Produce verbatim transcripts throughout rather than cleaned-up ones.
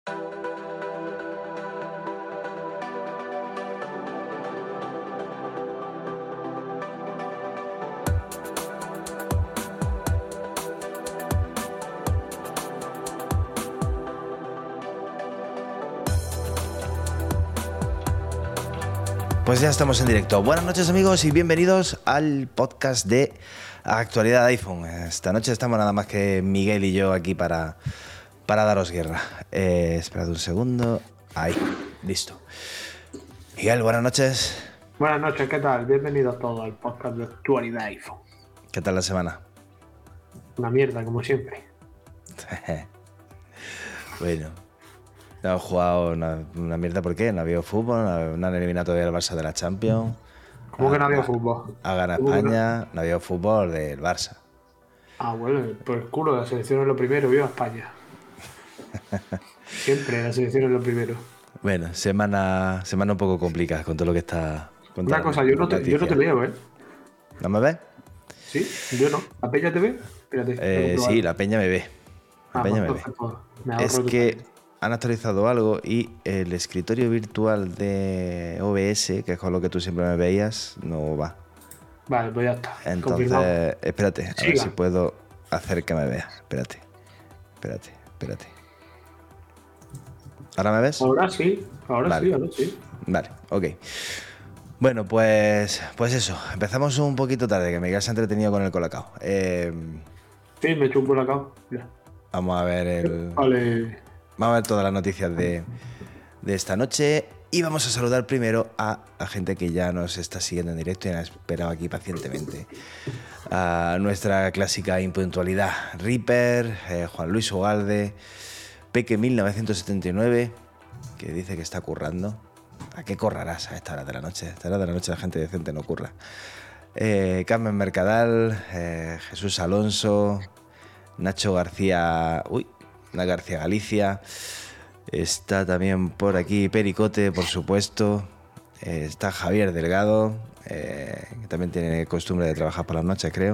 Pues ya estamos en directo. Buenas noches, amigos, y bienvenidos al podcast de Actualidad iPhone. Esta noche estamos nada más que Miguel y yo aquí para, para daros guerra. Eh, esperad un segundo. Ahí, listo. Miguel, buenas noches. Buenas noches, ¿qué tal? Bienvenidos todos al podcast de Actualidad iPhone. ¿Qué tal la semana? Una mierda, como siempre. Bueno, no han jugado una, una mierda, ¿por qué? No ha habido fútbol, no, no han eliminado todavía el Barça de la Champions. ¿Cómo que no había fútbol? Ha ganado España, no? no ha habido fútbol del Barça. Ah, bueno, pues culo, la selección es lo primero, viva España. Siempre la selección es lo primero. Bueno, semana, semana un poco complicada con todo lo que está... Una cosa, yo no, te, yo no te veo, ¿eh? ¿No me ves? Sí, yo no. ¿La peña te ve? Espérate. Eh, sí, la peña me ve. La ah, peña pues, me ve. pues, me es que han actualizado algo y el escritorio virtual de O B S, que es con lo que tú siempre me veías, no va. Vale, pues ya está. Entonces, confirmado. espérate, a Siga. ver si puedo hacer que me veas. Espérate, espérate, espérate. ¿Ahora me ves? Ahora sí, ahora vale. sí, ahora sí. Vale, ok. Bueno, pues, pues eso. Empezamos un poquito tarde, que Miguel se ha entretenido con el colacao. Eh, sí, me he hecho un colacao. Ya. Vamos a ver el... Vale. Vamos a ver todas las noticias de, de esta noche y vamos a saludar primero a la gente que ya nos está siguiendo en directo y ha esperado aquí pacientemente. A nuestra clásica impuntualidad, Reaper, eh, Juan Luis Ugalde, Peque mil novecientos setenta y nueve, que dice que está currando. ¿A qué corrarás a esta hora de la noche? A esta hora de la noche la gente decente no curra. Eh, Carmen Mercadal, eh, Jesús Alonso, Nacho García... Uy, Nacho García Galicia. Está también por aquí Pericote, por supuesto. Eh, está Javier Delgado, eh, que también tiene costumbre de trabajar por las noches, creo.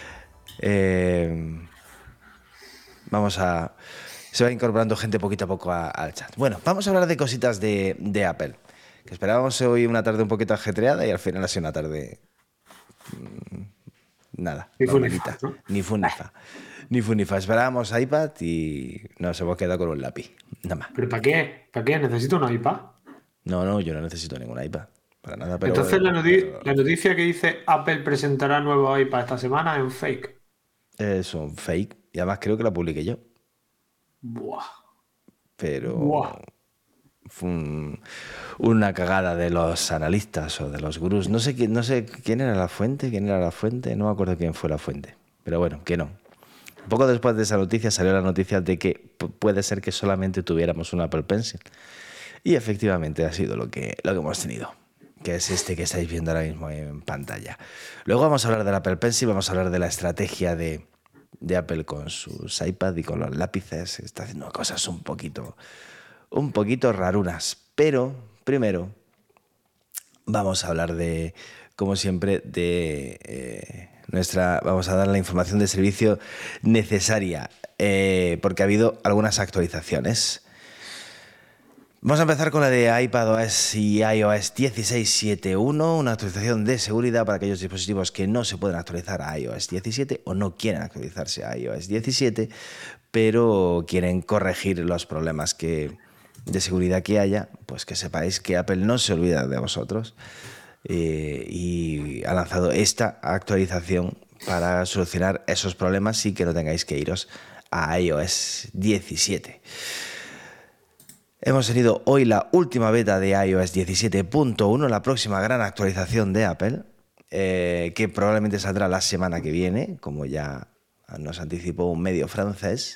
Eh, vamos a... Se va incorporando gente poquito a poco a, al chat. Bueno, vamos a hablar de cositas de, de Apple. Que esperábamos hoy una tarde un poquito ajetreada y al final ha sido una tarde... Mmm, nada, ni normalita. Funifa, ¿no? Ni funifa. Ni funifa. Esperábamos iPad y nos hemos quedado con un lápiz. Nada más. ¿Pero para qué? ¿Para qué? ¿Necesito un iPad? No, no, yo no necesito ningún iPad. Para nada, pero... Entonces la, noti pero... la noticia que dice Apple presentará nuevo iPad esta semana es un fake. Es un fake. Y además creo que la publiqué yo. Buah. Pero... Buah. Fue un, una cagada de los analistas o de los gurús. No sé, quién, no sé quién era la fuente, quién era la fuente, no me acuerdo quién fue la fuente. Pero bueno, que no. Poco después de esa noticia salió la noticia de que puede ser que solamente tuviéramos un Apple Pencil. Y efectivamente ha sido lo que, lo que hemos tenido, que es este que estáis viendo ahora mismo en pantalla. Luego vamos a hablar del Apple Pencil, vamos a hablar de la estrategia de, de Apple con sus iPad y con los lápices. Está haciendo cosas un poquito... un poquito rarunas, pero primero vamos a hablar de, como siempre, de eh, nuestra, vamos a dar la información de servicio necesaria, eh, porque ha habido algunas actualizaciones. Vamos a empezar con la de iPadOS y iOS dieciséis punto siete punto uno, una actualización de seguridad para aquellos dispositivos que no se pueden actualizar a iOS diecisiete o no quieren actualizarse a iOS diecisiete, pero quieren corregir los problemas que... de seguridad que haya, pues que sepáis que Apple no se olvida de vosotros eh, y ha lanzado esta actualización para solucionar esos problemas y que no tengáis que iros a iOS diecisiete. Hemos tenido hoy la última beta de iOS diecisiete punto uno, la próxima gran actualización de Apple, eh, que probablemente saldrá la semana que viene, como ya nos anticipó un medio francés.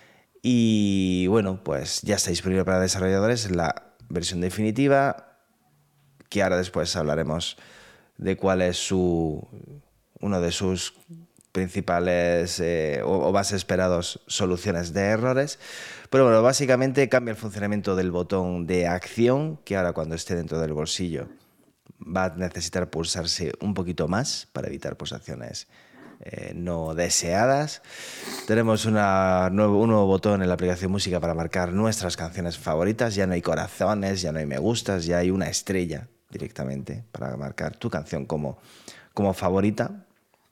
Y bueno, pues ya está disponible para desarrolladores la versión definitiva, que ahora después hablaremos de cuál es su uno de sus principales eh, o, o más esperados soluciones de errores. Pero bueno, básicamente cambia el funcionamiento del botón de acción, que ahora cuando esté dentro del bolsillo va a necesitar pulsarse un poquito más para evitar pulsaciones eh, no deseadas. Tenemos una, nuevo, un nuevo botón en la aplicación Música para marcar nuestras canciones favoritas. Ya no hay corazones, ya no hay me gustas, ya hay una estrella directamente para marcar tu canción como, como favorita.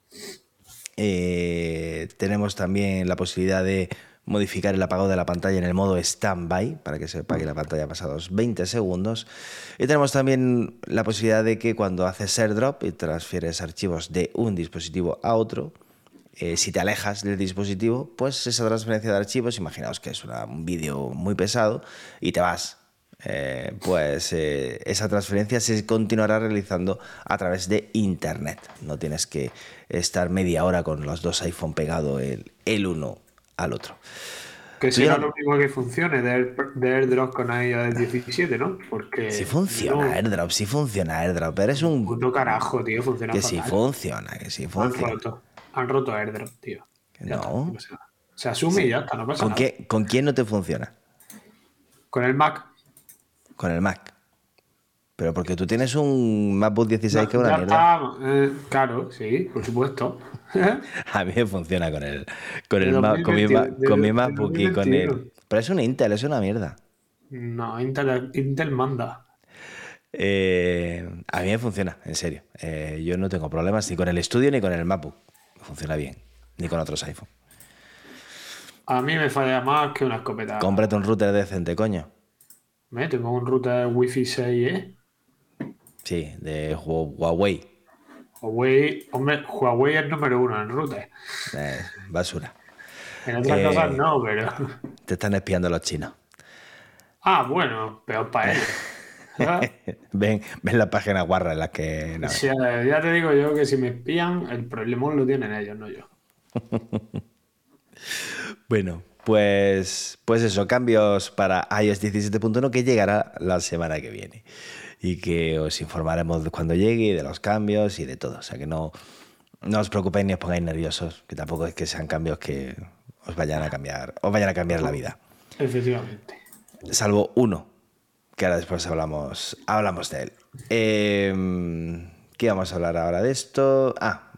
Eh, tenemos también la posibilidad de modificar el apagado de la pantalla en el modo standby para que se apague la pantalla pasados veinte segundos. Y tenemos también la posibilidad de que cuando haces AirDrop y transfieres archivos de un dispositivo a otro, eh, si te alejas del dispositivo, pues esa transferencia de archivos, imaginaos que es una, un vídeo muy pesado y te vas. Eh, pues eh, esa transferencia se continuará realizando a través de internet. No tienes que estar media hora con los dos iPhone pegados el, el uno al otro. Que será lo único que funcione de, Air, de AirDrop con iOS diecisiete, ¿no? Porque si funciona no, AirDrop, si funciona AirDrop, eres un... puto carajo, tío, funciona Que fatal. si funciona, que si funciona. Han roto, han roto AirDrop, tío. Ya no. está, no se asume sí. Y ya está, no pasa ¿Con nada. Qué, ¿Con quién no te funciona? Con el Mac. Con el Mac. Pero porque tú tienes un MacBook dieciséis no, que es una mierda. Está, eh, claro, sí, por supuesto. A mí me funciona con el, con el Mac, con mi, con mi MacBook y con el... Pero es un Intel, es una mierda. No, Intel, Intel manda. Eh, a mí me funciona, en serio. Eh, yo no tengo problemas ni con el estudio ni con el MacBook. Funciona bien. Ni con otros iPhone. A mí me falla más que una escopeta. Cómprate un router decente, coño. Me tengo un router Wi-Fi seis, ¿eh? Sí, de Huawei. Huawei, hombre, Huawei es número uno en router. Eh, basura. En otras eh, cosas no, pero... Te están espiando los chinos. Ah, bueno, peor para ellos. ven, ven la página guarra en la que... No, o sea, ya te digo yo que si me espían, el problema lo tienen ellos, no yo. Bueno, pues, pues eso, cambios para iOS diecisiete punto uno que llegará la semana que viene. Y que os informaremos de cuando llegue y de los cambios y de todo. O sea que no, no os preocupéis ni os pongáis nerviosos, que tampoco es que sean cambios que os vayan a cambiar, os vayan a cambiar la vida. Efectivamente. Salvo uno, que ahora después hablamos, hablamos de él. Eh, ¿Qué vamos a hablar ahora de esto? Ah,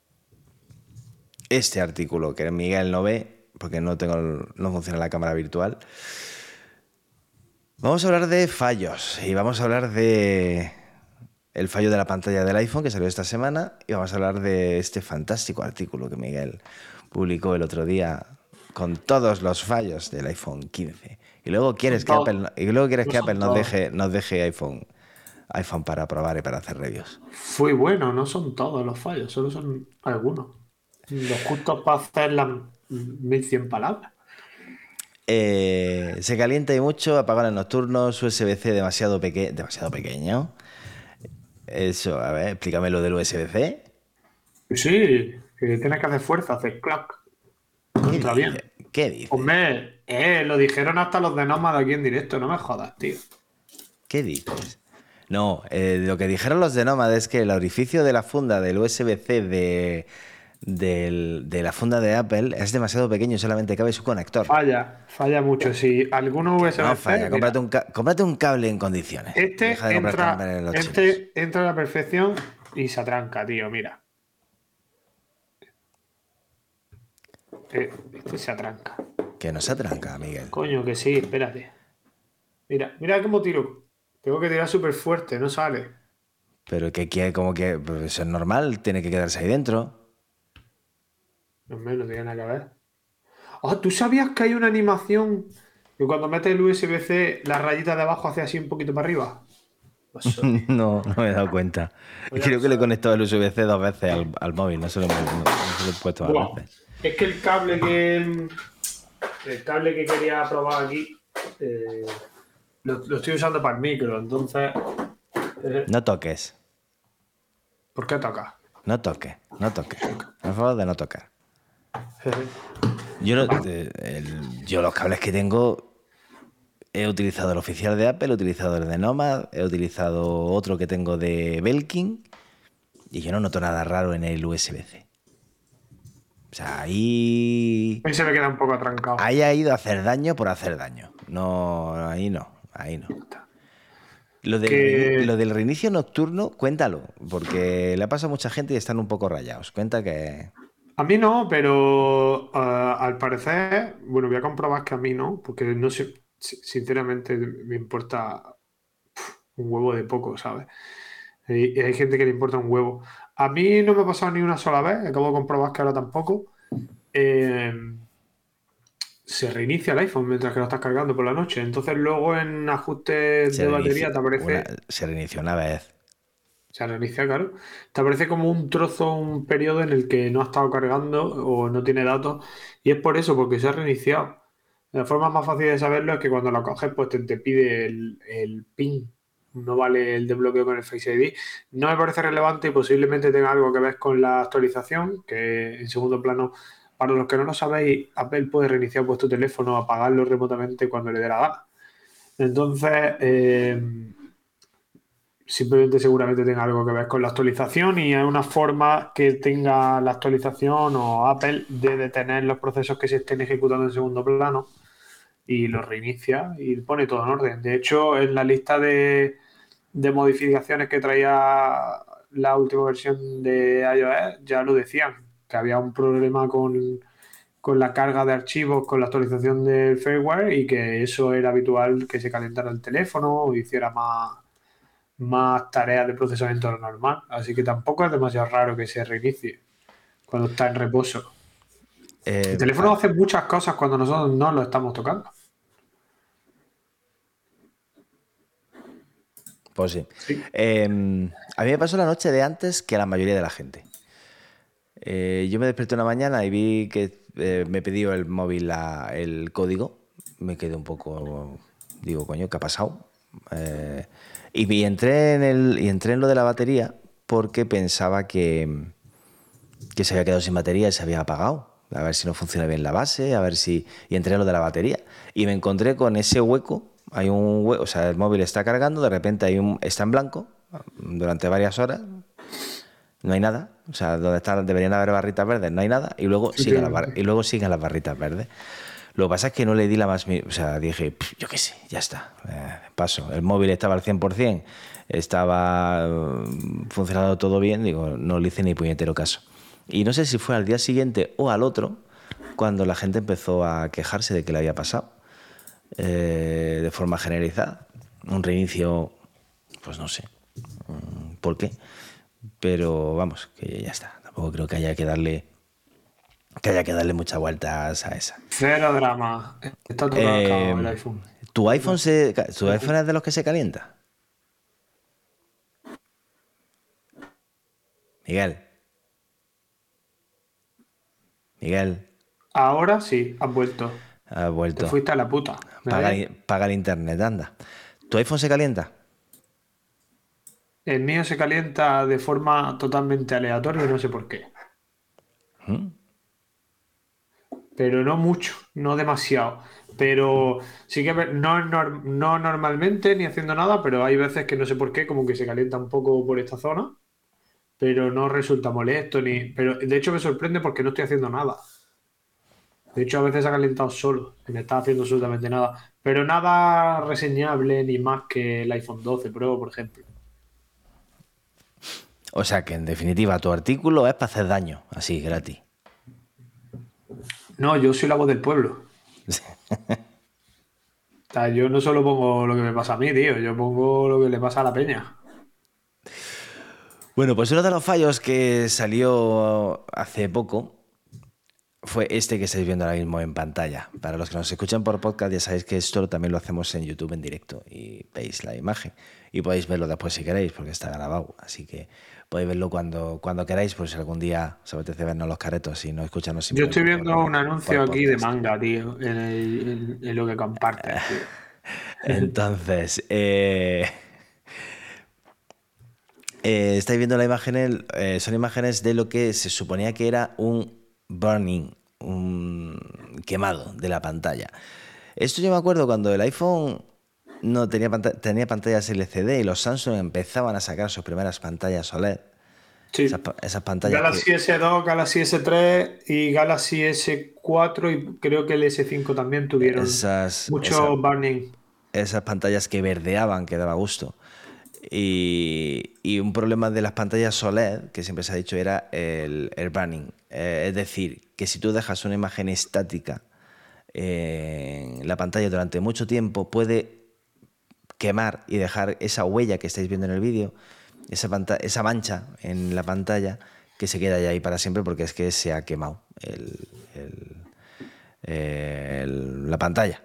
este artículo que Miguel no ve, porque no tengo, no funciona la cámara virtual. Vamos a hablar de fallos y vamos a hablar de el fallo de la pantalla del iPhone que salió esta semana y vamos a hablar de este fantástico artículo que Miguel publicó el otro día con todos los fallos del iPhone quince. Y luego quieres que Apple, y luego quieres que Apple nos deje, nos deje iPhone, iPhone para probar y para hacer reviews. Fue bueno, no son todos los fallos, solo son algunos. Los justos para hacer las mil cien palabras. Eh, se calienta y mucho, apagones nocturnos, U S B C demasiado, peque demasiado pequeño. Eso, a ver, explícame lo del U S B C. Sí, que tienes que hacer fuerza, hacer clac. ¿Qué dice? Bien. ¿Qué dices? Hombre, eh, lo dijeron hasta los de Nómada aquí en directo, no me jodas, tío. ¿Qué dices? No, eh, lo que dijeron los de Nómada es que el orificio de la funda del U S B C de... Del, de la funda de Apple es demasiado pequeño y solamente cabe su conector. Falla, falla mucho. Si alguno U S B C... No falla, cómprate un, cómprate un cable en condiciones. Este, Deja de entra, en este entra a la perfección y se atranca, tío, mira. Este se atranca. Que no se atranca, Miguel. Coño, que sí, espérate. Mira, mira cómo tiro. Tengo que tirar súper fuerte, no sale. Pero que quiere, como que pues eso es normal, tiene que quedarse ahí dentro. No me no tiene nada que ver. Ah, ¿tú sabías que hay una animación que cuando metes el U S B C, la rayita de abajo hace así un poquito para arriba? Pues no, no me he dado cuenta. Pues Creo que le he conectado el U S B C dos veces al, al móvil, no se lo, no, no se lo he puesto más wow. veces. Es que el cable que el cable que quería probar aquí eh, lo, lo estoy usando para el micro, entonces... Eh, no toques. ¿Por qué tocas? No toques, no toques. Por favor, de no tocar. Yo, no, el, yo los cables que tengo he utilizado el oficial de Apple, he utilizado el de Nomad, he utilizado otro que tengo de Belkin y yo no noto nada raro en el U S B C. O sea, ahí... Ahí se me queda un poco atrancado. Ahí ha ido a hacer daño por hacer daño. No, ahí no, ahí no. Lo del, que... lo del reinicio nocturno, cuéntalo, porque le ha pasado a mucha gente y están un poco rayados. Cuenta que... A mí no, pero ah, al parecer, bueno, voy a comprobar que a mí no, porque no sé, si- sinceramente me importa un huevo de poco, ¿sabes? Y y hay gente que le importa un huevo. A mí no me ha pasado ni una sola vez, acabo de comprobar que ahora tampoco. Eh, Se reinicia el iPhone mientras que lo estás cargando por la noche. Entonces luego en ajustes Se de reinicia batería te una, aparece, se reinició una vez. se reinicia, claro, te aparece como un trozo, un periodo en el que no ha estado cargando o no tiene datos. Y es por eso, porque se ha reiniciado. La forma más fácil de saberlo es que cuando lo coges, pues te, te pide el, el PIN. No vale el desbloqueo con el Face I D. No me parece relevante y posiblemente tenga algo que ver con la actualización, que en segundo plano, para los que no lo sabéis, Apple puede reiniciar vuestro teléfono, apagarlo remotamente cuando le dé la gana. Entonces, eh, simplemente seguramente tenga algo que ver con la actualización y hay una forma que tenga la actualización o Apple de detener los procesos que se estén ejecutando en segundo plano y los reinicia y pone todo en orden. De hecho, en la lista de, de modificaciones que traía la última versión de iOS ya lo decían, que había un problema con, con la carga de archivos, con la actualización del firmware y que eso era habitual que se calentara el teléfono o hiciera más más tareas de procesamiento de lo normal. Así que tampoco es demasiado raro que se reinicie cuando está en reposo. El Eh, teléfono ah, hace muchas cosas cuando nosotros no lo estamos tocando. pues sí. Sí. Eh, a mí me pasó la noche de antes que a la mayoría de la gente. Eh, yo me desperté una mañana y vi que eh, me pidió el móvil la- el código. Me quedé un poco, digo, coño, ¿qué ha pasado? Eh, y, y entré en el, y entré en lo de la batería porque pensaba que, que se había quedado sin batería y se había apagado. A ver si no funciona bien la base, a ver si... Y entré en lo de la batería. Y me encontré con ese hueco. Hay un hueco, o sea, el móvil está cargando, de repente hay un, está en blanco durante varias horas, no hay nada. O sea, donde están, deberían haber barritas verdes, no hay nada. Y luego siguen las, bar- y Efectivamente. luego siguen las barritas verdes. Lo que pasa es que no le di la más... mi- O sea, dije, "Pff, yo qué sé, ya está. eh, paso. El móvil estaba al cien por ciento, estaba eh, funcionando todo bien. Digo, no le hice ni puñetero caso. Y no sé si fue al día siguiente o al otro cuando la gente empezó a quejarse de que le había pasado eh, de forma generalizada. Un reinicio, pues no sé mm, por qué. Pero vamos, que ya está. Tampoco creo que haya que darle que haya que darle muchas vueltas a esa. Cero drama. Está todo cascado el Eh, iPhone. ¿tu iPhone No. se, ca- tu iPhone es de los que se calienta? Miguel, Miguel, Ahora sí, has vuelto. ha Te vuelto. fuiste a la puta. ¿Me Paga, ves? el- paga el internet, anda. ¿Tu iPhone se calienta? El mío se calienta de forma totalmente aleatoria y no sé por qué. Pero no mucho, no demasiado. Pero sí que ve- no, nor- no normalmente ni haciendo nada, pero hay veces que no sé por qué, como que se calienta un poco por esta zona, pero no resulta molesto ni. Pero de hecho me sorprende porque no estoy haciendo nada. De hecho, a veces se ha calentado solo, sin estar haciendo absolutamente nada. Pero nada reseñable ni más que el iPhone doce Pro, por ejemplo. O sea que en definitiva tu artículo es para hacer daño, así, gratis. No, yo soy la voz del pueblo. O sea, yo no solo pongo lo que me pasa a mí, tío, yo pongo lo que le pasa a la peña. Bueno, pues uno de los fallos que salió hace poco fue este que estáis viendo ahora mismo en pantalla. Para los que nos escuchan por podcast, ya sabéis que esto también lo hacemos en YouTube en directo y veis la imagen. Y podéis verlo después si queréis, porque está grabado. Así que podéis verlo cuando, cuando queráis, por si algún día os apetece vernos los caretos y no escucharnos Yo estoy simplemente por, viendo un por anuncio aquí de podcast. manga, tío, en, el- en- en lo que compartes, tío. Entonces, eh, eh, estáis viendo la imagen, eh, son imágenes de lo que se suponía que era un burning, un quemado de la pantalla. Esto yo me acuerdo cuando el iPhone no tenía, panta- tenía pantallas L C D y los Samsung empezaban a sacar sus primeras pantallas O L E D. Esas, Sí. pa- esas pantallas que, Galaxy S dos, Galaxy S tres y Galaxy S cuatro y creo que el S cinco también tuvieron esas, mucho esa- burning. esas pantallas que verdeaban, que daba gusto. Y, y un problema de las pantallas O L E D, que siempre se ha dicho, era el, el burning. Eh, es decir, que si tú dejas una imagen estática en la pantalla durante mucho tiempo, puede quemar y dejar esa huella que estáis viendo en el vídeo, esa, panta- esa mancha en la pantalla, que se queda ya ahí para siempre porque es que se ha quemado el, el- el- la pantalla.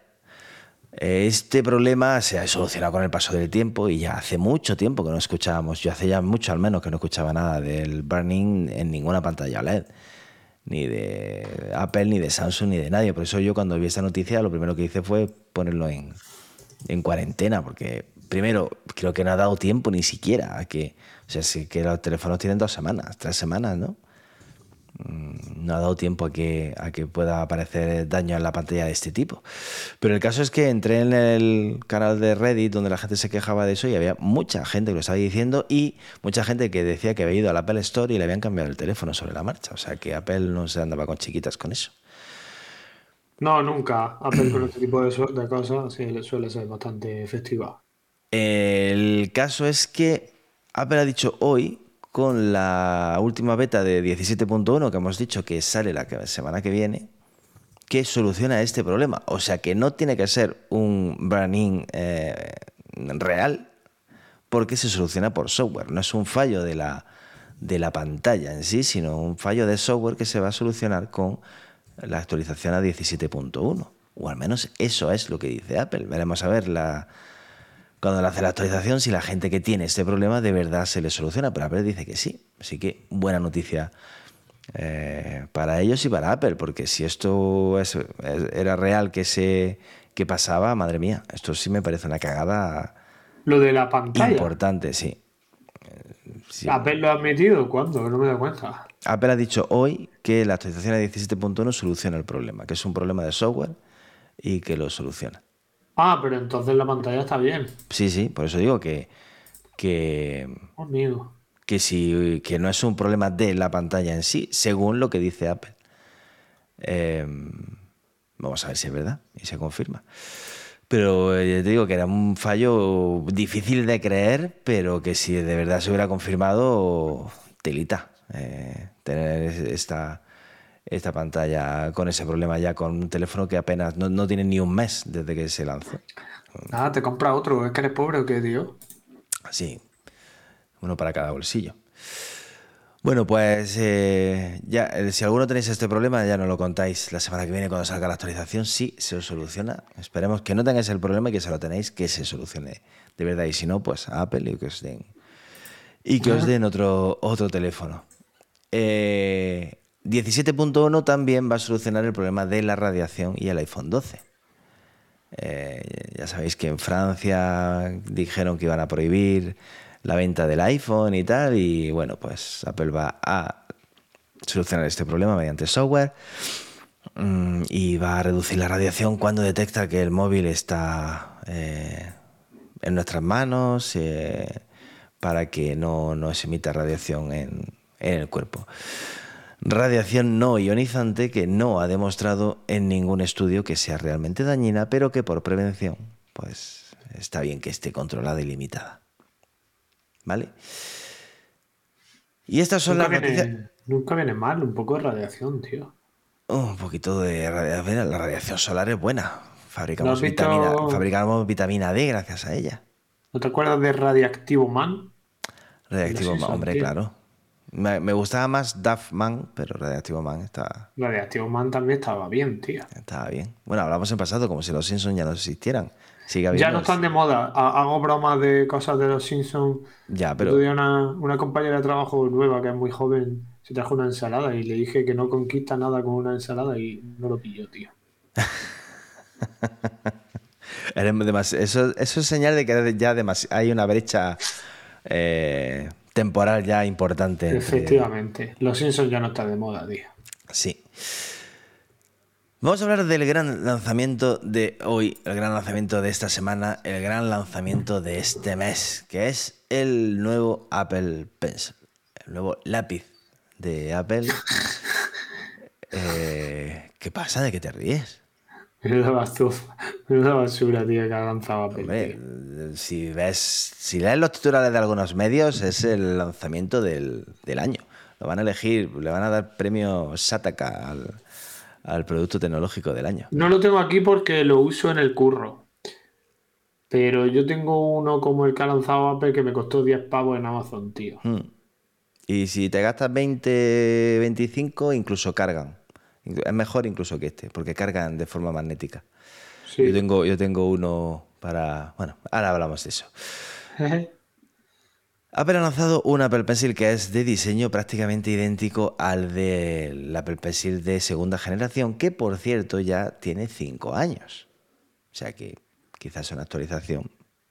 Este problema se ha solucionado con el paso del tiempo y ya hace mucho tiempo que no escuchábamos, yo hace ya mucho al menos que no escuchaba nada del burning en ninguna pantalla O L E D, ni de Apple, ni de Samsung, ni de nadie. Por eso yo cuando vi esta noticia lo primero que hice fue ponerlo en, en cuarentena, porque primero creo que no ha dado tiempo ni siquiera a que, o sea, sí que los teléfonos tienen dos semanas, tres semanas, ¿no? No ha dado tiempo a que, a que pueda aparecer daño en la pantalla de este tipo. Pero el caso es que entré en el canal de Reddit donde la gente se quejaba de eso y había mucha gente que lo estaba diciendo y mucha gente que decía que había ido al Apple Store y le habían cambiado el teléfono sobre la marcha. O sea que Apple no se andaba con chiquitas con eso. No, nunca. Apple con este tipo de, su- de cosas sí, le suele ser bastante efectiva. El caso es que Apple ha dicho hoy, con la última beta de diecisiete punto uno que hemos dicho que sale la que- semana que viene, que soluciona este problema. O sea que no tiene que ser un burn-in eh, real, porque se soluciona por software. No es un fallo de la, de la pantalla en sí, sino un fallo de software que se va a solucionar con la actualización a diecisiete punto uno. O al menos eso es lo que dice Apple. Veremos a ver la, cuando le hace la actualización si la gente que tiene este problema de verdad se le soluciona. Pero Apple dice que sí. Así que buena noticia eh, para ellos y para Apple, porque si esto es, es, era real que se que pasaba, madre mía, esto sí me parece una cagada Lo de la pantalla. importante, sí. Sí. ¿Apple lo ha admitido? ¿Cuándo? No me doy cuenta. Apple ha dicho hoy que la actualización a diecisiete punto uno soluciona el problema, que es un problema de software y que lo soluciona. Ah, pero entonces la pantalla está bien. Sí, sí, por eso digo que, que, Amigo. que, si, que no es un problema de la pantalla en sí, según lo que dice Apple. Eh, vamos a ver si es verdad y se confirma. Pero eh, te digo que era un fallo difícil de creer, pero que si de verdad se hubiera confirmado, telita. Eh, tener esta, esta pantalla con ese problema ya con un teléfono que apenas no, no tiene ni un mes desde que se lanzó. Nada, te compra otro. ¿Es que eres pobre o qué, tío? Sí, uno para cada bolsillo. Bueno, pues eh, ya, eh, si alguno tenéis este problema, ya nos lo contáis la semana que viene cuando salga la actualización. Sí, se os soluciona. Esperemos que no tengáis el problema y que se lo tenéis, que se solucione de verdad. Y si no, pues a Apple y que os den, y que os den otro, otro teléfono. Eh, diecisiete punto uno también va a solucionar el problema de la radiación y el iPhone doce. Eh, ya sabéis que en Francia dijeron que iban a prohibir la venta del iPhone y tal, y bueno, pues Apple va a solucionar este problema mediante software mmm, y va a reducir la radiación cuando detecta que el móvil está eh, en nuestras manos eh, para que no, no se emita radiación en, en el cuerpo. Radiación no ionizante que no ha demostrado en ningún estudio que sea realmente dañina, pero que por prevención, pues está bien que esté controlada y limitada. ¿Vale? Y estas son Nunca las noticias. viene, nunca viene mal un poco de radiación, tío. Oh, un poquito de radiación. La radiación solar es buena. ¿No has Fabricamos vitamina, visto? fabricamos vitamina D gracias a ella. ¿No te acuerdas de Radiactivo Man? En Los Radiactivo Man, Simpsons, hombre, tío. claro. Me, me gustaba más Duff Man, pero Radiactivo Man está, Radiactivo Man también estaba bien, tío. estaba bien. Bueno, hablamos en pasado como si los Simpsons ya no existieran. Sigue Ya habiendo. no están de moda. Ha- Hago bromas de cosas de Los Simpsons. Ya, El otro pero día una, una compañera de trabajo nueva, que es muy joven, se trajo una ensalada y le dije que no conquista nada con una ensalada y no lo pilló, tío. eres demas- eso, eso es señal de que eres ya demas- hay una brecha eh, temporal ya importante entre. Efectivamente. Los Simpsons ya no están de moda, tío. Sí. Vamos a hablar del gran lanzamiento de hoy, el gran lanzamiento de esta semana, el gran lanzamiento de este mes, que es el nuevo Apple Pencil, el nuevo lápiz de Apple. Eh, ¿qué pasa? ¿De qué te ríes? Menuda basura, menuda basura, tío, que ha lanzado Apple, Hombre, tío. si ves, si lees los titulares de algunos medios, es el lanzamiento del, del año. Lo van a elegir, le van a dar premio Sataka al, al producto tecnológico del año. No lo tengo aquí porque lo uso en el curro. Pero yo tengo uno como el que ha lanzado Apple que me costó diez pavos en Amazon, tío. Hmm. Y si te gastas veinte, veinticinco, incluso cargan. Es mejor incluso que este, porque cargan de forma magnética. Sí. Yo tengo, yo tengo uno para... Bueno, ahora hablamos de eso. Apple ha lanzado un Apple Pencil que es de diseño prácticamente idéntico al del Apple Pencil de segunda generación, que por cierto ya tiene cinco años. O sea que quizás una actualización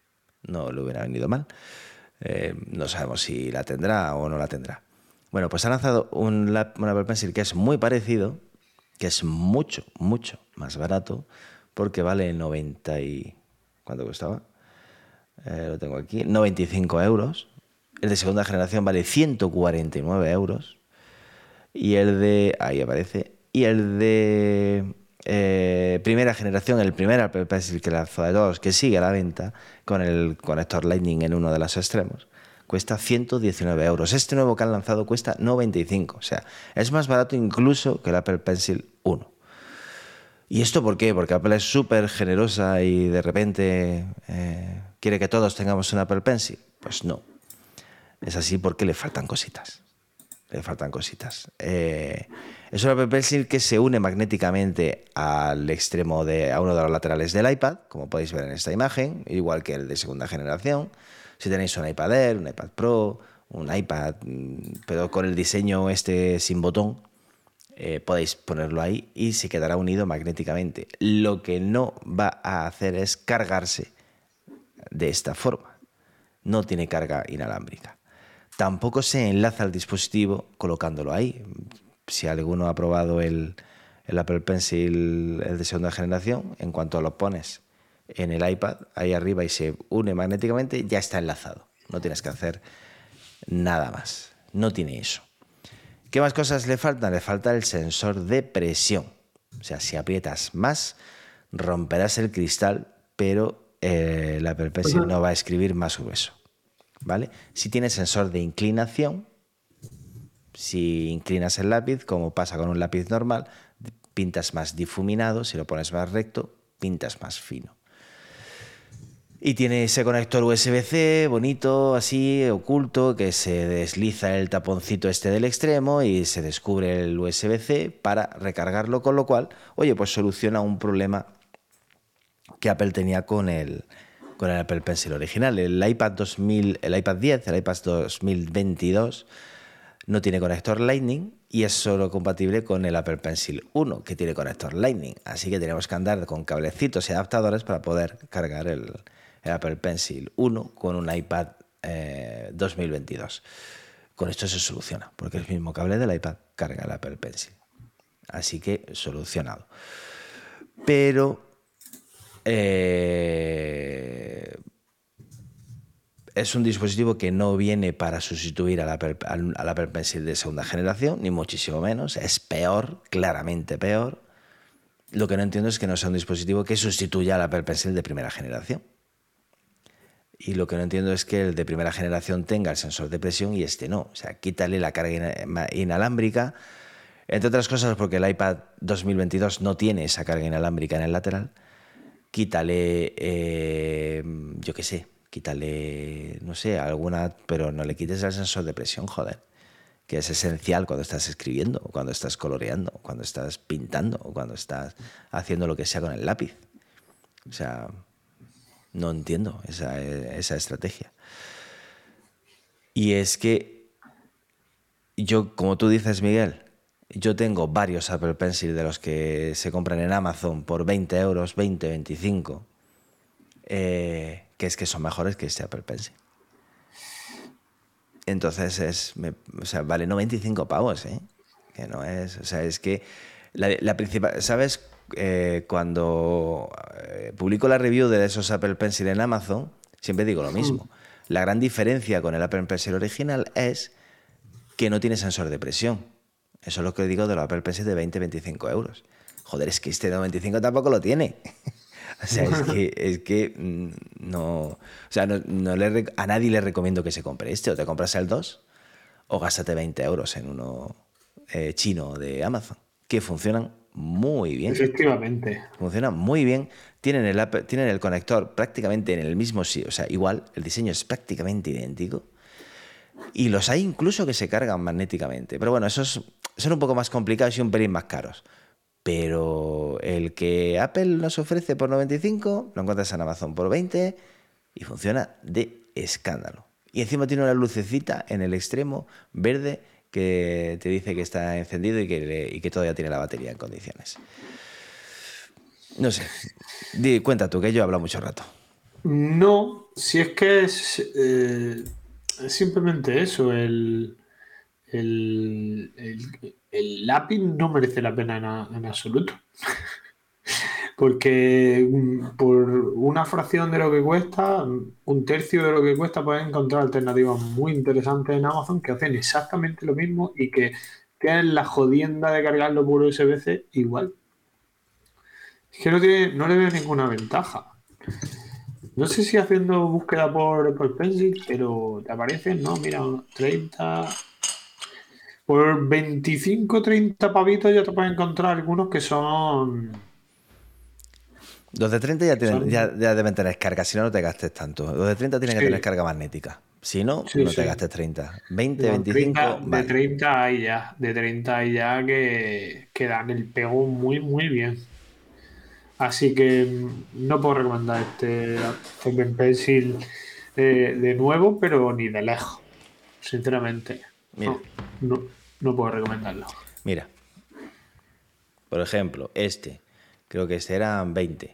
no le hubiera venido mal. Eh, no sabemos si la tendrá o no la tendrá. Bueno, pues ha lanzado un, un Apple Pencil que es muy parecido, que es mucho, mucho más barato, porque vale noventa y... ¿Cuánto costaba? Eh, lo tengo aquí. noventa y cinco euros. El de segunda generación vale ciento cuarenta y nueve euros. Y el de... Ahí aparece. Y el de eh, primera generación, el primer Apple Pencil que lanzó de todos, que sigue a la venta, con el conector Lightning en uno de los extremos, cuesta ciento diecinueve euros. Este nuevo que han lanzado cuesta noventa y cinco. O sea, es más barato incluso que el Apple Pencil uno. ¿Y esto por qué? Porque Apple es súper generosa y de repente eh, quiere que todos tengamos un Apple Pencil. Pues no. Es así porque le faltan cositas. Le faltan cositas. Eh, es un Apple Pencil que se une magnéticamente al extremo de a uno de los laterales del iPad, como podéis ver en esta imagen, igual que el de segunda generación. Si tenéis un iPad Air, un iPad Pro, un iPad, pero con el diseño este sin botón, eh, podéis ponerlo ahí y se quedará unido magnéticamente. Lo que no va a hacer es cargarse de esta forma. No tiene carga inalámbrica. Tampoco se enlaza al dispositivo colocándolo ahí. Si alguno ha probado el, el Apple Pencil, el de segunda generación, en cuanto lo pones en el iPad, ahí arriba y se une magnéticamente, ya está enlazado. No tienes que hacer nada más. No tiene eso. ¿Qué más cosas le faltan? Le falta el sensor de presión. O sea, si aprietas más, romperás el cristal, pero eh, el Apple Pencil no va a escribir más grueso. ¿Vale? Si tiene sensor de inclinación, si inclinas el lápiz, como pasa con un lápiz normal, pintas más difuminado, si lo pones más recto, pintas más fino. Y tiene ese conector U S B C bonito, así, oculto, que se desliza el taponcito este del extremo y se descubre el U S B C para recargarlo, con lo cual, oye, pues soluciona un problema que Apple tenía con el, con el Apple Pencil original. El iPad dos mil, el iPad diez, el iPad dos mil veintidós no tiene conector Lightning y es solo compatible con el Apple Pencil uno, que tiene conector Lightning. Así que tenemos que andar con cablecitos y adaptadores para poder cargar el, el Apple Pencil uno con un iPad eh, dos mil veintidós. Con esto se soluciona, porque el mismo cable del iPad carga el Apple Pencil. Así que solucionado. Pero eh, es un dispositivo que no viene para sustituir al Apple, al, al Apple Pencil de segunda generación, ni muchísimo menos. Es peor, claramente peor. Lo que no entiendo es que no sea un dispositivo que sustituya al Apple Pencil de primera generación. Y lo que no entiendo es que el de primera generación tenga el sensor de presión y este no. O sea, quítale la carga inalámbrica, entre otras cosas porque el iPad dos mil veintidós no tiene esa carga inalámbrica en el lateral. Quítale, eh, yo qué sé, quítale, no sé, alguna, pero no le quites el sensor de presión, joder, que es esencial cuando estás escribiendo, o cuando estás coloreando, o cuando estás pintando, o cuando estás haciendo lo que sea con el lápiz. O sea, no entiendo esa, esa estrategia. Y es que yo, como tú dices, Miguel, yo tengo varios Apple Pencil de los que se compran en Amazon por veinte euros, veinte, veinticinco, eh, que es que son mejores que este Apple Pencil. Entonces es, me, o sea, vale noventa y cinco pavos, ¿eh? Que no es, o sea, es que la, la principal, ¿sabes? Eh, cuando eh, publico la review de esos Apple Pencil en Amazon, siempre digo lo mismo. La gran diferencia con el Apple Pencil original es que no tiene sensor de presión. Eso es lo que digo de los Apple Pencil de veinte, veinticinco euros. Joder, es que este de noventa y cinco tampoco lo tiene. O sea, es que, es que mm, no. O sea, no, no le rec- a nadie le recomiendo que se compre este. O te compras el dos o gástate veinte euros en uno eh, chino de Amazon, que funcionan muy bien. Efectivamente. Funcionan muy bien. Tienen el, Apple- tienen el conector prácticamente en el mismo sitio. O sea, igual, el diseño es prácticamente idéntico. Y los hay incluso que se cargan magnéticamente. Pero bueno, esos son un poco más complicados y un pelín más caros. Pero el que Apple nos ofrece por noventa y cinco, lo encuentras en Amazon por veinte y funciona de escándalo. Y encima tiene una lucecita en el extremo verde que te dice que está encendido y que, le- y que todavía tiene la batería en condiciones. No sé. Di, cuenta tú, que yo he hablado mucho rato. No, si es que es, eh, es simplemente eso, el, el, el- el lápiz no merece la pena en, a- en absoluto. Porque mm, por una fracción de lo que cuesta, mm, un tercio de lo que cuesta, puedes encontrar alternativas muy interesantes en Amazon que hacen exactamente lo mismo y que tienen la jodienda de cargarlo por U S B-C igual. Es que no tiene, no le veo ninguna ventaja. No sé si haciendo búsqueda por Apple Pencil, pero te aparecen, ¿no? Mira, unos treinta. Por veinticinco treinta pavitos ya te puedes encontrar algunos que son. Los de treinta ya, tienen, ya, son ya deben tener carga, si no, no te gastes tanto. Los de treinta tienen que tener sí, carga magnética. Si no, sí, no te sí. gastes treinta. veinte, No, treinta, veinticinco, de vale. treinta hay ya. De treinta hay ya que, que dan el pego muy, muy bien. Así que mm, no puedo recomendar este Apple Pencil eh, de nuevo, pero ni de lejos. Sinceramente. Mira, No, no, no puedo recomendarlo. mira. Por ejemplo, este. Creo que serán veinte.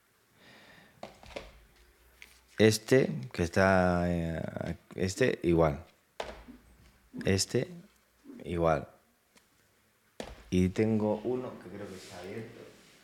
Este, que está... eh, este, igual. Este, igual. Y tengo uno que creo que está abierto.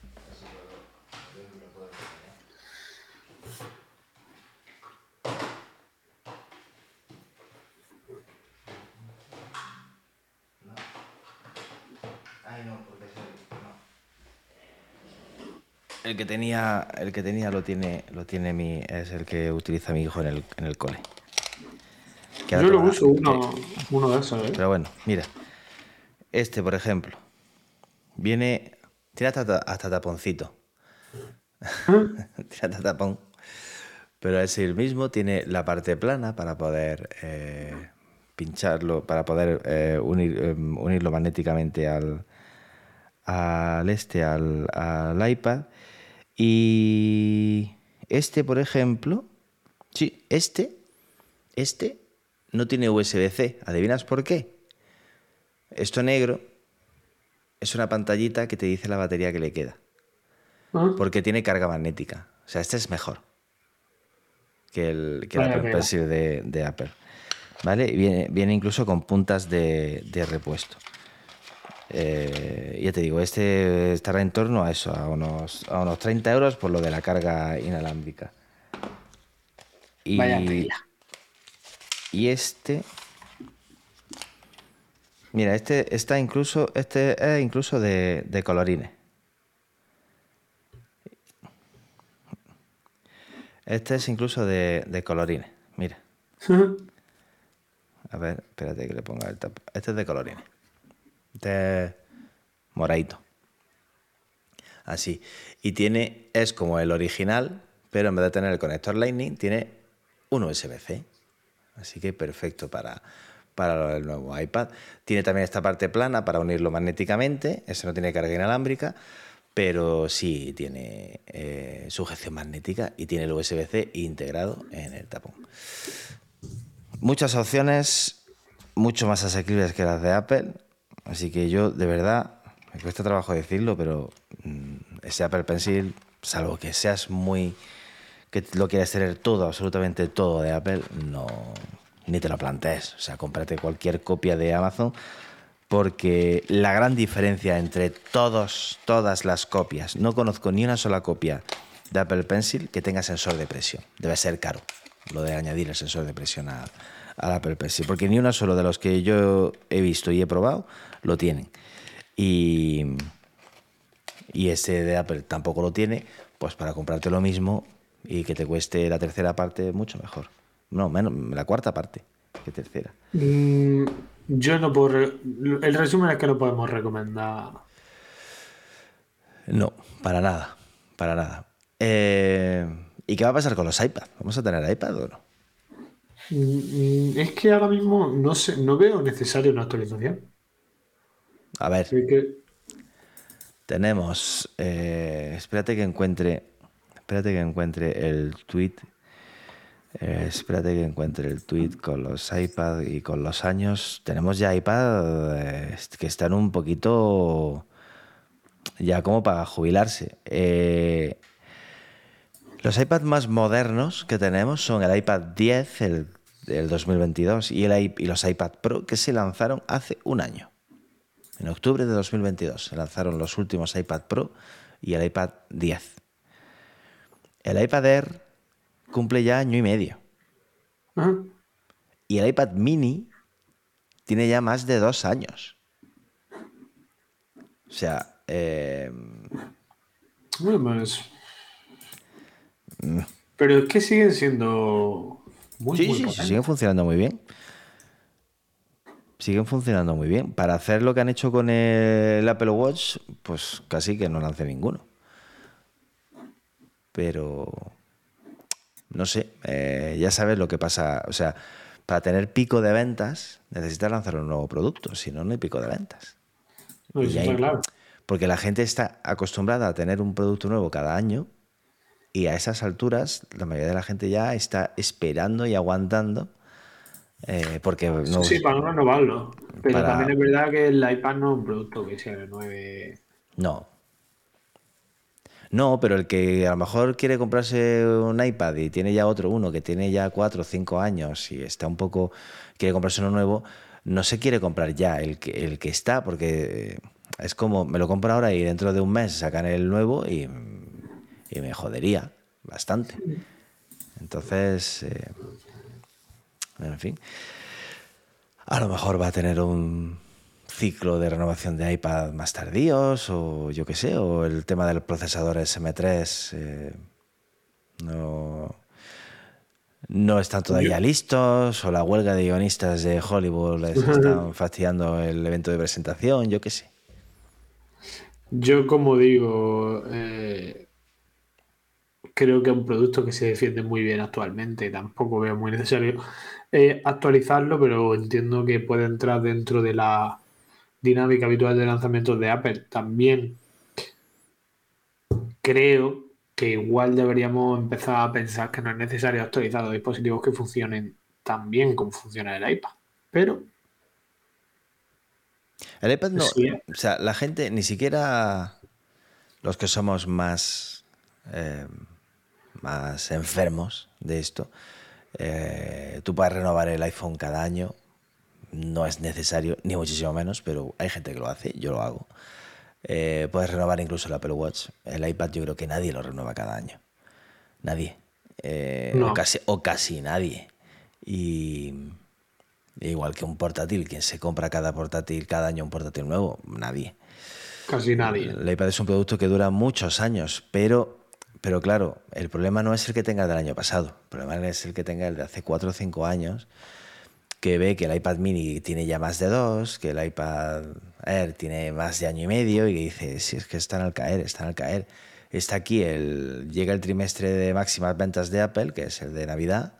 Ay, no, porque es el, no. El que tenía, el que tenía lo tiene, lo tiene mi, es el que utiliza mi hijo en el, en el cole. Que ahora Yo lo toma, uso que, uno, uno de esos, ¿eh? pero bueno, mira, este por ejemplo, viene, tiene hasta, hasta taponcito, tiene hasta tapón, pero es el mismo, tiene la parte plana para poder eh, pincharlo, para poder eh, unir, eh, unirlo magnéticamente al, al este, al, al iPad. Y este, por ejemplo, sí, este, este no tiene U S B-C. ¿Adivinas por qué? Esto negro es una pantallita que te dice la batería que le queda. ¿Ah? Porque tiene carga magnética. O sea, este es mejor que el, que el Vaya Apple tela. Pencil de, de Apple. ¿Vale? Y viene, viene incluso con puntas de, de repuesto. Eh, ya te digo, este estará en torno a eso, a unos, a unos treinta euros por lo de la carga inalámbrica. Vaya Y, tela. y este, mira, este está incluso, este es incluso de, de colorines. Este es incluso de, de colorines. Mira, a ver, espérate que le ponga el tap. Este es de colorines. Este es moradito. Así. Y tiene, es como el original, pero en vez de tener el conector Lightning, tiene un U S B-C. Así que perfecto para, para el nuevo iPad. Tiene también esta parte plana para unirlo magnéticamente. Ese no tiene carga inalámbrica, pero sí tiene eh, sujeción magnética y tiene el U S B-C integrado en el tapón. Muchas opciones, mucho más asequibles que las de Apple. Así que yo, de verdad, me cuesta trabajo decirlo, pero mmm, ese Apple Pencil, salvo que seas muy... que lo quieras tener todo, absolutamente todo de Apple, no, ni te lo plantees. O sea, cómprate cualquier copia de Amazon, porque la gran diferencia entre todos, todas las copias, no conozco ni una sola copia de Apple Pencil que tenga sensor de presión. Debe ser caro lo de añadir el sensor de presión a, al Apple Pencil, porque ni uno solo de los que yo he visto y he probado lo tienen. Y, y este de Apple tampoco lo tiene, pues para comprarte lo mismo y que te cueste la tercera parte mucho mejor. No, menos, la cuarta parte que tercera. Mm, yo no puedo. re- El resumen es que no podemos recomendar. No, para nada, para nada. Eh, ¿y qué va a pasar con los iPad? ¿Vamos a tener iPad o no? Mm, mm, Es que ahora mismo no sé, no veo necesario una actualización. A ver, Es que- tenemos... eh, espérate que encuentre... Espérate que encuentre el tweet. Eh, espérate que encuentre el tweet con los iPad y con los años. Tenemos ya iPad eh, que están un poquito ya como para jubilarse. Eh, los iPad más modernos que tenemos son el iPad diez, el del dos mil veintidós, y, el, i- y los iPad Pro que se lanzaron hace un año. En octubre de dos mil veintidós se lanzaron los últimos iPad Pro y el iPad diez. El iPad Air cumple ya año y medio. Ajá. Y el iPad mini tiene ya más de dos años. O sea, eh, Bueno, pues, pero es que siguen siendo muy, sí, muy sí, sí, siguen potentes. funcionando muy bien. Siguen funcionando muy bien. Para hacer lo que han hecho con el Apple Watch, pues casi que no lance ninguno. Pero no sé, eh, ya sabes lo que pasa. O sea, para tener pico de ventas necesitas lanzar un nuevo producto, si no, no hay pico de ventas. No, Y eso ya está hay- claro. porque la gente está acostumbrada a tener un producto nuevo cada año y a esas alturas la mayoría de la gente ya está esperando y aguantando eh, porque Sí, no sí, para no renovarlo. Pero también para es verdad que el iPad no es un producto que se renueve. no. No, pero el que a lo mejor quiere comprarse un iPad y tiene ya otro, uno que tiene ya cuatro o cinco años y está un poco, quiere comprarse uno nuevo, no se quiere comprar ya el que, el que está, porque es como, me lo compro ahora y dentro de un mes sacan el nuevo y, y me jodería bastante. Entonces, eh, en fin, a lo mejor va a tener un ciclo de renovación de iPad más tardíos o yo qué sé, o el tema del procesador S M tres eh, no, no están Yo, todavía listos, o la huelga de guionistas de Hollywood les están fastidiando el evento de presentación, yo qué sé. yo como digo, eh, creo que es un producto que se defiende muy bien actualmente. Tampoco veo muy necesario eh, actualizarlo, pero entiendo que puede entrar dentro de la dinámica habitual de lanzamientos de Apple. También creo que igual deberíamos empezar a pensar que no es necesario actualizar los dispositivos que funcionen tan bien como funciona el iPad. Pero El iPad no, sí, o sea, la gente, ni siquiera los que somos más, eh, más enfermos de esto, eh, tú puedes renovar el iPhone cada año, no es necesario, ni muchísimo menos, pero hay gente que lo hace, yo lo hago. Eh, puedes renovar incluso el Apple Watch. El iPad yo creo que nadie lo renueva cada año. Nadie. Eh, o, no, casi, o casi nadie. Y igual que un portátil, quien se compra cada portátil, cada año un portátil nuevo, nadie. casi nadie. El iPad es un producto que dura muchos años, pero, pero claro, el problema no es el que tenga del año pasado, el problema es el que tenga el de hace cuatro o cinco años, que ve que el iPad mini tiene ya más de dos, que el iPad Air tiene más de año y medio y que dice, si es que están al caer, están al caer. Está aquí, el, llega el trimestre de máximas ventas de Apple, que es el de Navidad,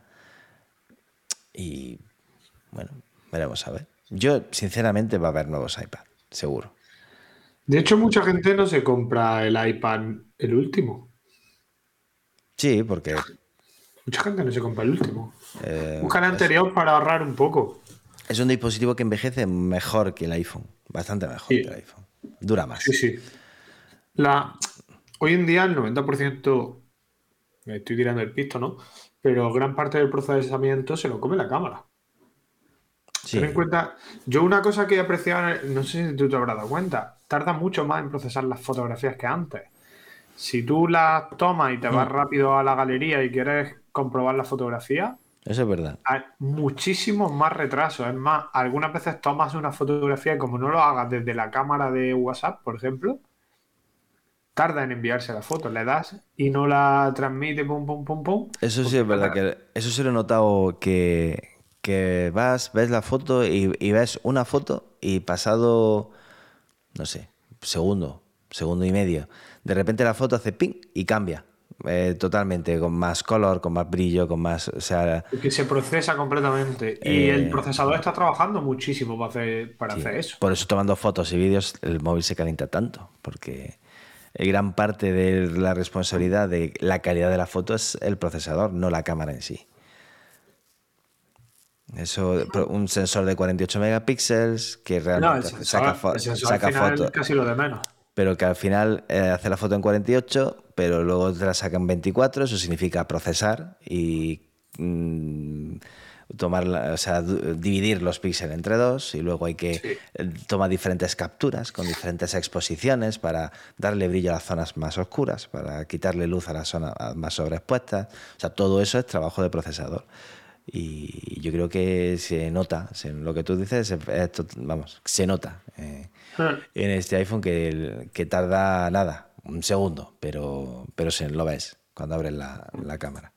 y bueno, veremos a ver. Yo, sinceramente, va a haber nuevos iPad, seguro. De hecho, mucha gente no se compra el iPad el último. Sí, porque Mucha gente no se compra el último. eh, Busca el es, anterior para ahorrar un poco. es un dispositivo que envejece mejor que el iPhone, bastante mejor que el Sí, iPhone. Dura sí, más. sí. La, hoy en día el noventa por ciento, me estoy tirando el pisto, ¿no? Pero gran parte del procesamiento se lo come la cámara. Ten en Sí. cuenta, yo una cosa que he apreciado, no sé si tú te habrás dado cuenta, tarda mucho más en procesar las fotografías que antes. Si tú las tomas y te vas Mm, rápido a la galería y quieres comprobar la fotografía, eso es verdad. hay muchísimos más retrasos. Es más, algunas veces tomas una fotografía y como no lo hagas desde la cámara de WhatsApp, por ejemplo, tarda en enviarse la foto. Le das y no la transmite, pum, pum, pum, pum. Eso sí Porque es verdad, que eso sí lo he notado, que, que vas, ves la foto y, y ves una foto y pasado, no sé, segundo, segundo y medio, de repente la foto hace ping y cambia eh, totalmente, con más color, con más brillo, con más, o sea, que se procesa completamente. Y el eh, procesador está trabajando muchísimo para hacer, para sí. hacer eso. Por eso tomando fotos y vídeos el móvil se calienta tanto, porque gran parte de la responsabilidad de la calidad de la foto es el procesador, no la cámara en sí. Eso, un sensor de cuarenta y ocho megapíxeles que No, el realmente hace- saca, sensor, fo- el sensor al saca final es fotos, casi lo de menos. pero que al final eh, hace la foto en cuarenta y ocho, pero luego te la saca en veinticuatro. Eso significa procesar y mm, tomar, la- o sea, du- dividir los píxeles entre dos, y luego hay que Sí. eh, tomar diferentes capturas con diferentes exposiciones para darle brillo a las zonas más oscuras, para quitarle luz a las zonas más sobreexpuestas. O sea, todo eso es trabajo de procesador. Y yo creo que se nota, se- lo que tú dices, es- es tot- vamos, se nota eh, en este iPhone que, que tarda nada, un segundo, pero, pero se lo ves cuando abres la, la cámara.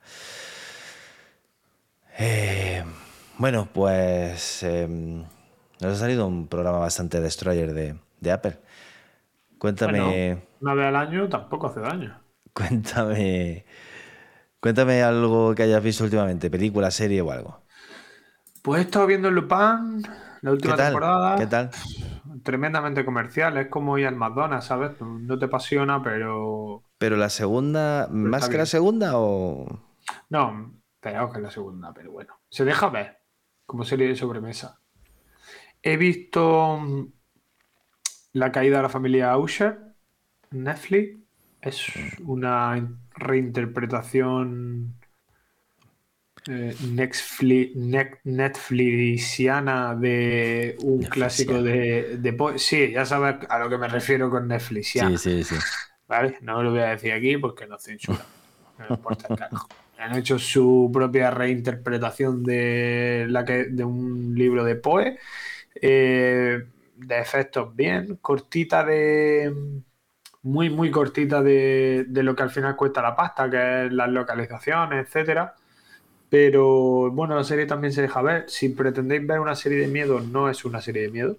Eh, bueno, pues eh, nos ha salido un programa bastante destroyer de, de Apple. Bueno, Cuéntame, una vez al año tampoco hace daño. cuéntame, cuéntame algo que hayas visto últimamente, película, serie o algo. Pues he estado viendo Lupin, la ¿Qué última tal? ¿Qué temporada, tal? tremendamente comercial, es como ir al McDonald's, ¿sabes? No te apasiona, pero, Pero la segunda, pero está ¿más que la bien. segunda o...? No, peor que la segunda, pero bueno. Se deja ver, como serie de sobremesa. He visto mm, La caída de la familia Usher, Netflix. Es una in- reinterpretación eh, Netfli- net- Netflixiana de un clásico Netflixiana. de, de Poe. Sí, ya sabes a lo que me refiero con Sí, Netflixiana. sí, sí. ¿Vale? No lo voy a decir aquí porque nos censuran. No me importa el carajo. Han hecho su propia reinterpretación de, la que, de un libro de Poe. eh, de efectos bien, cortita de. Muy, muy cortita de, de lo que al final cuesta la pasta, que es las localizaciones, etcétera. Pero bueno, la serie también se deja ver. Si pretendéis ver una serie de miedo, no es una serie de miedo.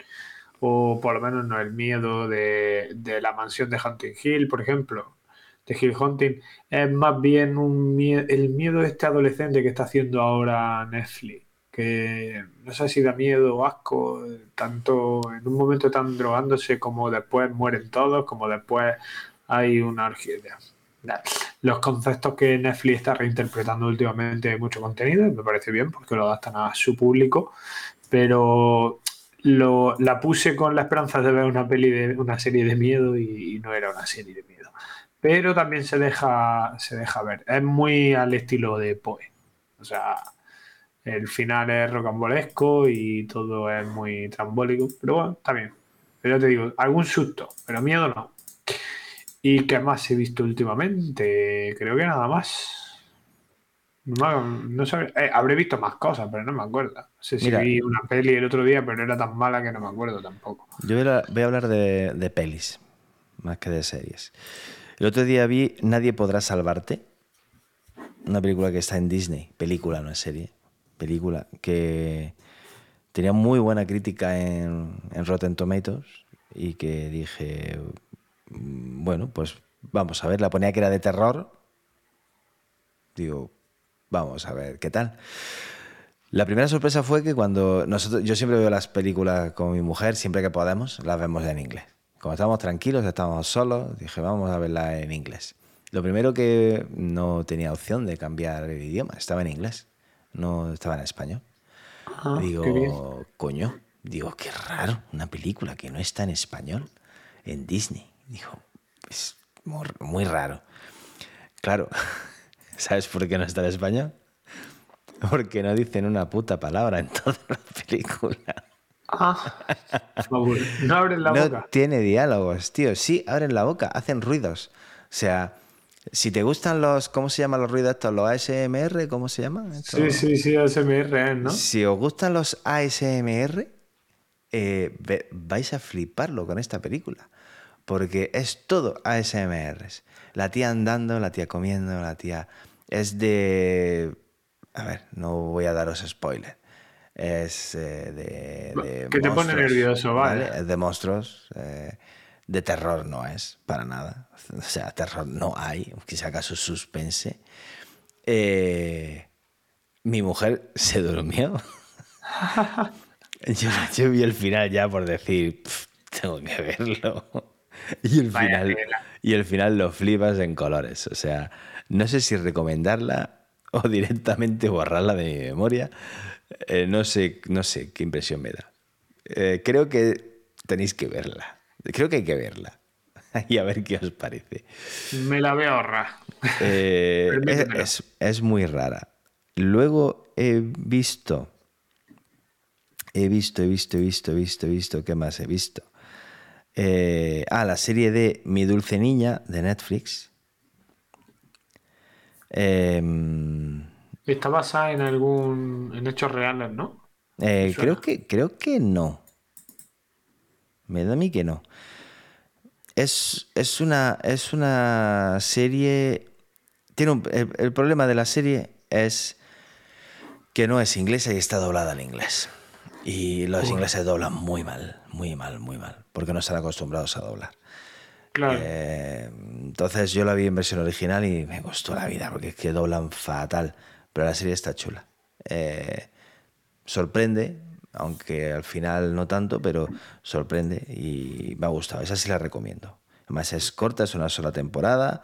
O por lo menos no el miedo de, de la mansión de Hunting Hill, por ejemplo. De Hill Hunting. Es más bien un miedo, el miedo de este adolescente que está haciendo ahora Netflix. Que no sé si da miedo o asco, tanto en un momento están drogándose como después mueren todos, como después hay una orgía. Los conceptos que Netflix está reinterpretando últimamente mucho contenido, me parece bien porque lo adaptan a su público, pero lo, la puse con la esperanza de ver una peli de una serie de miedo y, y no era una serie de miedo. Pero también se deja, se deja ver. Es muy al estilo de Poe. O sea, el final es rocambolesco y todo es muy trambólico. Pero bueno, está bien. Pero ya te digo, algún susto, pero miedo no. ¿Y qué más he visto últimamente? Creo que nada más. No, no sabré- eh, habré visto más cosas, pero no me acuerdo. No sé si Mira, vi una peli el otro día, pero era tan mala que no me acuerdo tampoco. yo voy a, voy a hablar de, de pelis, más que de series. El otro día vi Nadie podrá salvarte, una película que está en Disney, película, no es serie, película que tenía muy buena crítica en, en Rotten Tomatoes, y que dije, mm, bueno, pues vamos a ver, la ponía que era de terror, digo, vamos a ver qué tal. La primera sorpresa fue que cuando nosotros, yo siempre veo las películas con mi mujer, siempre que podemos, las vemos en inglés. Como estábamos tranquilos, estábamos solos, dije, vamos a verla en inglés. Lo primero, que no tenía opción de cambiar el idioma, estaba en inglés, no estaba en español. Ah, qué bien. Digo, coño, digo, qué raro, una película que no está en español en Disney. Dijo, es muy, muy raro. Claro, ¿sabes por qué no está en español? Porque no dicen una puta palabra en toda la película. Ah, por favor, no abres la No boca. tiene diálogos, tío. Sí, abren la boca, hacen ruidos. O sea, si te gustan los, ¿cómo se llaman los ruidos estos? ¿Los A S M R? ¿Cómo se llaman? Sí, Esto. sí, sí, A S M R, ¿no? Si os gustan los A S M R, eh, ve- vais a fliparlo con esta película. porque es todo A S M Rs. La tía andando, la tía comiendo, la tía... Es de... A ver, no voy a daros spoiler. Es eh, de, de Que te pone monstruos, nervioso, ¿vale? vale. Es de monstruos. eh, de terror no es, para nada. O sea, terror no hay, si acaso suspense. Eh, mi mujer se durmió. Yo, yo vi el final ya por decir, "Pf, tengo que verlo". Y el Vaya final, tela. y el final lo flipas en colores. O sea, no sé si recomendarla o directamente borrarla de mi memoria. Eh, no sé, no sé qué impresión me da. Eh, creo que tenéis que verla. Creo que hay que verla. Y a ver qué os parece. Me la voy a ahorrar. Eh, es, Permítemelo. es- es muy rara. Luego he visto, he visto, he visto, he visto, he visto, he visto, ¿qué más he visto? Eh, ah, la serie de Mi Dulce Niña de Netflix. Eh, Está basada en algún... en hechos reales, ¿no? Me eh, creo suena. que, creo que no. Me da a mí que no. Es, es una, es una serie. Tiene un- el, el problema de la serie es que no es inglesa y está doblada en inglés. Y los Uy, ingleses doblan muy mal, muy mal, muy mal, porque no están acostumbrados a doblar. claro. Eh, entonces yo la vi en versión original y me costó la vida, porque es que doblan fatal, pero la serie está chula. Eh, sorprende, aunque al final no tanto, pero sorprende y me ha gustado. Esa sí la recomiendo. Además es corta, es una sola temporada.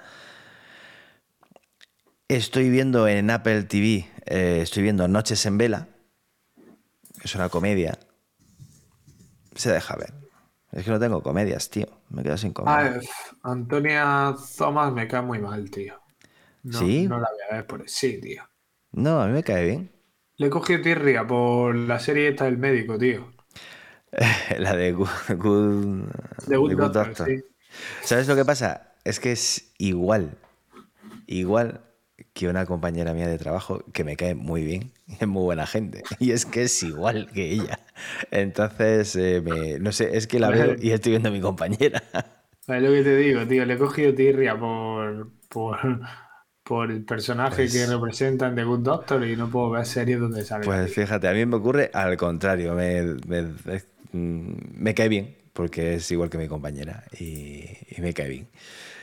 Estoy viendo en Apple T V, eh, estoy viendo Noches en Vela, que es una comedia. Se deja ver. Es que no tengo comedias, tío. Me quedo sin comedia. Ah, pf, Antonia Thomas me cae muy mal, tío. No, ¿Sí? no la voy a ver por eso. Sí, tío. No, a mí me cae bien. Le he cogido tirria por la serie esta del médico, tío. La de Good, Good- The The Good Good Doctor, Doctor. sí. ¿Sabes lo que pasa? Es que es igual, igual que una compañera mía de trabajo que me cae muy bien, es muy buena gente. Y es que es igual que ella. Entonces, eh, me- no sé, es que la veo y estoy viendo a mi compañera. Es lo que te digo, tío. Le he cogido tirria por, por, por el personaje que Pues, representa en The Good Doctor y no puedo ver series donde salga, pues tío. fíjate, a mí me ocurre al contrario. Me, me, es- mm, me cae bien porque es igual que mi compañera y, y me cae bien.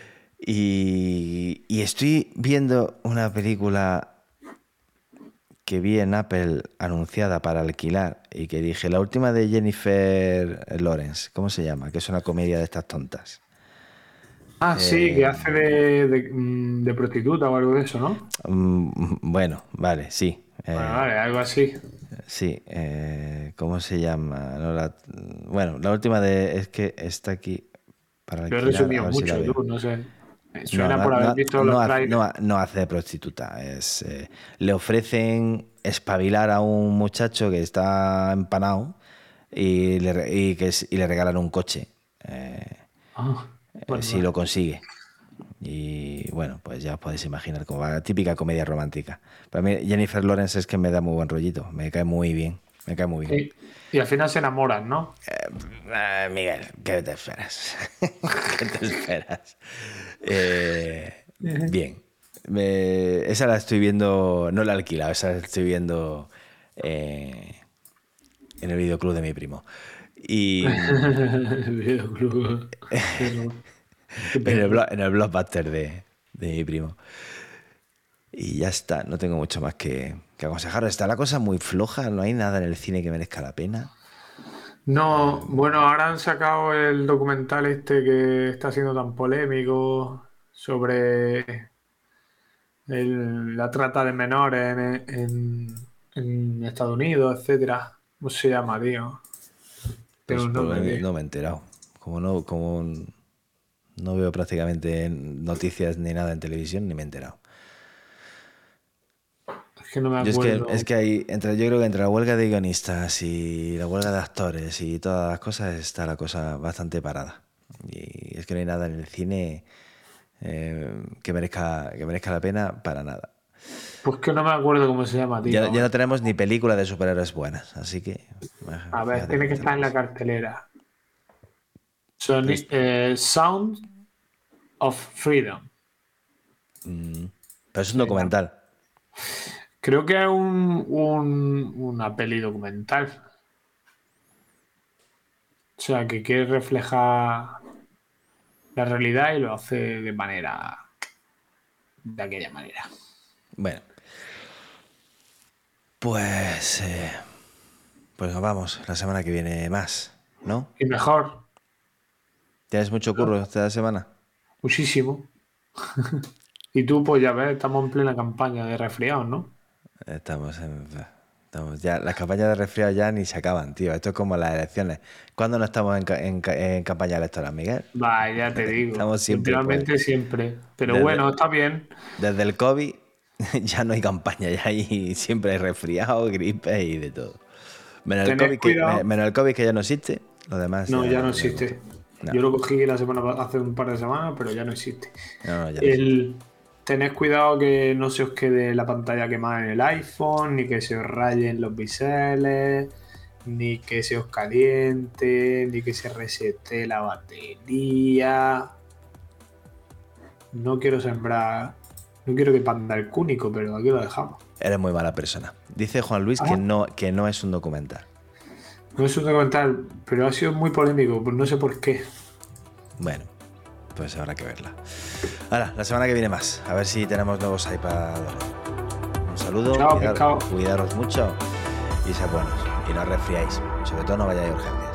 Y, y estoy viendo una película que vi en Apple anunciada para alquilar y que dije, la última de Jennifer Lawrence, ¿cómo se llama? Que es una comedia de estas tontas. Ah, sí, que Eh, hace de, de, mm, de prostituta o algo de eso, ¿no? mm, bueno, vale, sí. Bueno, eh, vale, algo así. sí, eh, ¿cómo se llama? No, la- bueno, la última de es que está aquí para Lo he alquilar, a resumido ver si la mucho, veo. tú, no sé. Me No, suena no, por haber no, visto no, los hace- no, trailers. ha- no hace de prostituta. Es, eh, le ofrecen espabilar a un muchacho que está empanado y le, re- y que, es- y le regalan un coche eh, Ah, eh, vale, si vale. lo consigue. Y bueno, pues ya os podéis imaginar como va, típica comedia romántica. Para mí Jennifer Lawrence es que me da muy buen rollito, me cae muy bien, me cae muy bien. Y, y al final se enamoran, ¿no? Ah, Miguel, ¿qué te esperas? ¿Qué te esperas? Eh, Ujú. bien. Me- esa la estoy viendo, no la he alquilado, esa la estoy viendo eh, en el videoclub de mi primo. Y mm, El videoclub. Pero, qué en el, perro. blo- en el blockbuster de, de mi primo. Y ya está, no tengo mucho más que, que aconsejaros. Está la cosa muy floja, no hay nada en el cine que merezca la pena. No, bueno, ahora han sacado el documental este que está siendo tan polémico sobre el- la trata de menores en, en- en Estados Unidos, etcétera. ¿Cómo se llama, tío? Tiene Pues un por nombre, mí tío. no me he enterado. Como no, como no veo prácticamente noticias ni nada en televisión, ni me he enterado. Es que no me Yo es que, acuerdo. es que hay, entre, yo creo que entre la huelga de guionistas y la huelga de actores y todas las cosas está la cosa bastante parada. Y es que no hay nada en el cine eh, que merezca, que merezca la pena para nada. Pues que no me acuerdo cómo se llama, tío, Ya, ya no ahora. tenemos ni película de superhéroes buenas, así que A ver, fíjate tiene cómo que está la estar en la cosa. cartelera. Sony- eh, Sound of Freedom. Mm, pero es un documental. Creo que es un, un- una peli documental. O sea, que quiere reflejar la realidad y lo hace de manera. De aquella manera. Bueno. Pues... eh, pues nos vamos la semana que viene más, ¿no? Y mejor, ¿Tienes mucho curro esta semana? muchísimo. Y tú, pues ya ves, estamos en plena campaña de resfriados, ¿no? Estamos en... Estamos ya, las campañas de resfriado ya ni se acaban, tío. Esto es como las elecciones. ¿Cuándo no estamos en, ca- en ca- en campaña electoral, Miguel? Va, ya te digo. Estamos siempre, pues. Literalmente siempre. Pero Desde, bueno, está bien. desde el COVID ya no hay campaña, ya hay, siempre hay resfriado, gripe y de todo. Menos el, Tened COVID que, cuidado. menos el COVID que ya no existe, lo demás No, ya no lo existe. tenemos. No, Yo lo cogí la semana pa- hace un par de semanas, pero ya no existe. no, no, ya no existe. El, tened cuidado que no se os quede la pantalla quemada en el iPhone, ni que se os rayen los biseles, ni que se os caliente, ni que se resete la batería. No quiero sembrar, no quiero que panda el cúnico, pero aquí lo dejamos. Eres muy mala persona. Dice Juan Luis que Ah. no, que no es un documental. No es un documental, pero ha sido muy polémico, pues no sé por qué. Bueno, pues habrá que verla. Ahora, la semana que viene más. A ver si tenemos nuevos iPad. Un saludo, Chao, cuidar- pescado. cuidaros mucho y sed buenos. Y no os resfriáis. Sobre todo no vayáis a urgencias.